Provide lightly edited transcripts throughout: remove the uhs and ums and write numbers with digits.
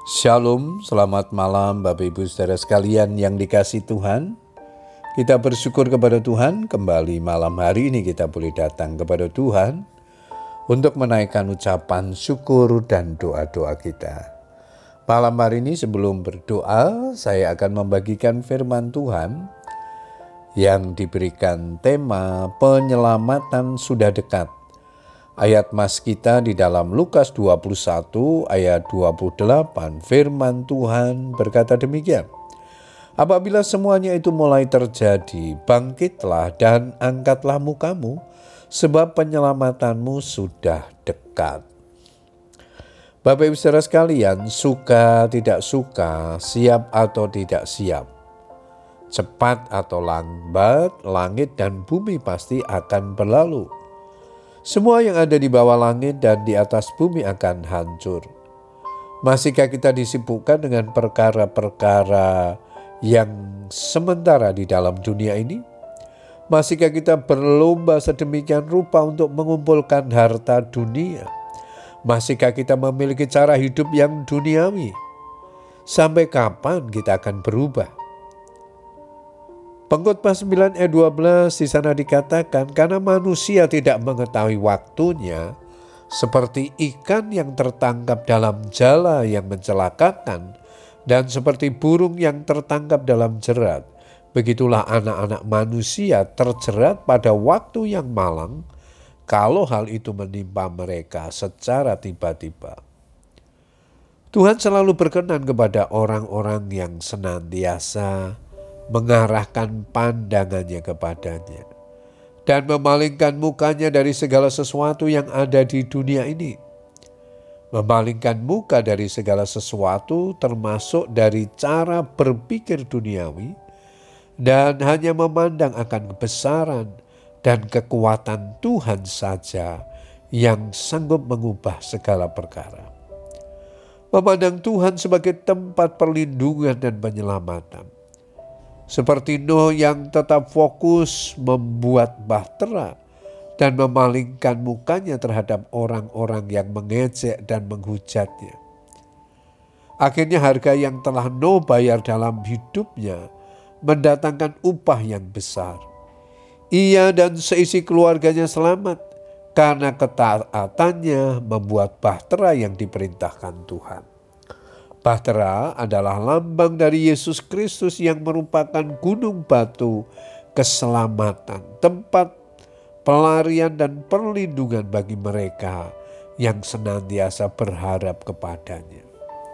Shalom, selamat malam Bapak Ibu saudara sekalian yang dikasihi Tuhan. Kita bersyukur kepada Tuhan, kembali malam hari ini kita boleh datang kepada Tuhan untuk menaikkan ucapan syukur dan doa-doa kita. Malam hari ini sebelum berdoa, saya akan membagikan firman Tuhan yang diberikan tema penyelamatan sudah dekat. Ayat mas kita di dalam Lukas 21 ayat 28, firman Tuhan berkata demikian. Apabila semuanya itu mulai terjadi, bangkitlah dan angkatlah mukamu, sebab penyelamatanmu sudah dekat. Bapak Ibu saudara sekalian, suka tidak suka, siap atau tidak siap, cepat atau lambat, langit dan bumi pasti akan berlalu. Semua yang ada di bawah langit dan di atas bumi akan hancur. Masihkah kita disibukkan dengan perkara-perkara yang sementara di dalam dunia ini? Masihkah kita berlomba sedemikian rupa untuk mengumpulkan harta dunia? Masihkah kita memiliki cara hidup yang duniawi? Sampai kapan kita akan berubah? Pengkhotbah 9 ayat 12 di sana dikatakan, karena manusia tidak mengetahui waktunya, seperti ikan yang tertangkap dalam jala yang mencelakakan, dan seperti burung yang tertangkap dalam jerat, begitulah anak-anak manusia terjerat pada waktu yang malang, kalau hal itu menimpa mereka secara tiba-tiba. Tuhan selalu berkenan kepada orang-orang yang senantiasa mengarahkan pandangannya kepadanya dan memalingkan mukanya dari segala sesuatu yang ada di dunia ini. Memalingkan muka dari segala sesuatu termasuk dari cara berpikir duniawi dan hanya memandang akan kebesaran dan kekuatan Tuhan saja yang sanggup mengubah segala perkara. Memandang Tuhan sebagai tempat perlindungan dan penyelamatan. Seperti Nuh yang tetap fokus membuat bahtera dan memalingkan mukanya terhadap orang-orang yang mengejek dan menghujatnya. Akhirnya harga yang telah Nuh bayar dalam hidupnya mendatangkan upah yang besar. Ia dan seisi keluarganya selamat karena ketaatannya membuat bahtera yang diperintahkan Tuhan. Bahtera adalah lambang dari Yesus Kristus yang merupakan gunung batu keselamatan, tempat pelarian dan perlindungan bagi mereka yang senantiasa berharap kepadanya.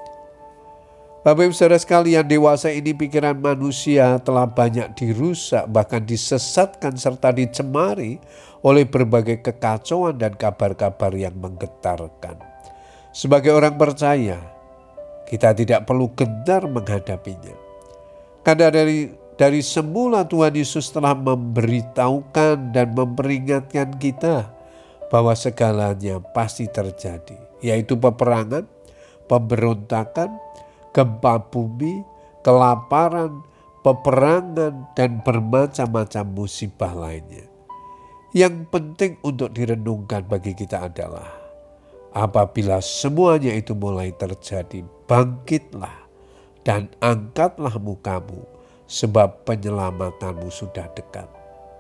Bapak Ibu saudara sekalian, dewasa ini pikiran manusia telah banyak dirusak, bahkan disesatkan serta dicemari oleh berbagai kekacauan dan kabar-kabar yang menggetarkan. Sebagai orang percaya, kita tidak perlu gentar menghadapinya. Karena dari semula Tuhan Yesus telah memberitahukan dan memperingatkan kita bahwa segalanya pasti terjadi, yaitu peperangan, pemberontakan, gempa bumi, kelaparan, peperangan, dan bermacam-macam musibah lainnya. Yang penting untuk direnungkan bagi kita adalah apabila semuanya itu mulai terjadi, bangkitlah dan angkatlah mukamu, sebab penyelamatanmu sudah dekat.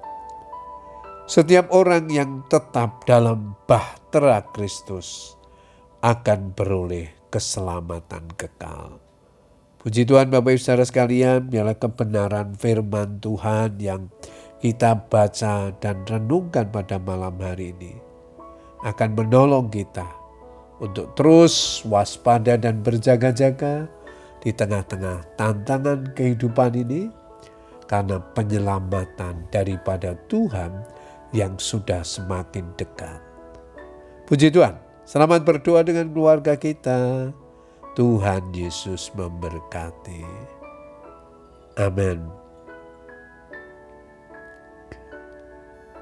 Setiap orang yang tetap dalam bahtera Kristus akan beroleh keselamatan kekal. Puji Tuhan Bapak Ibu saudara sekalian, biarlah kebenaran firman Tuhan yang kita baca dan renungkan pada malam hari ini akan menolong kita untuk terus waspada dan berjaga-jaga di tengah-tengah tantangan kehidupan ini, karena penyelamatan daripada Tuhan yang sudah semakin dekat. Puji Tuhan, selamat berdoa dengan keluarga kita. Tuhan Yesus memberkati. Amin.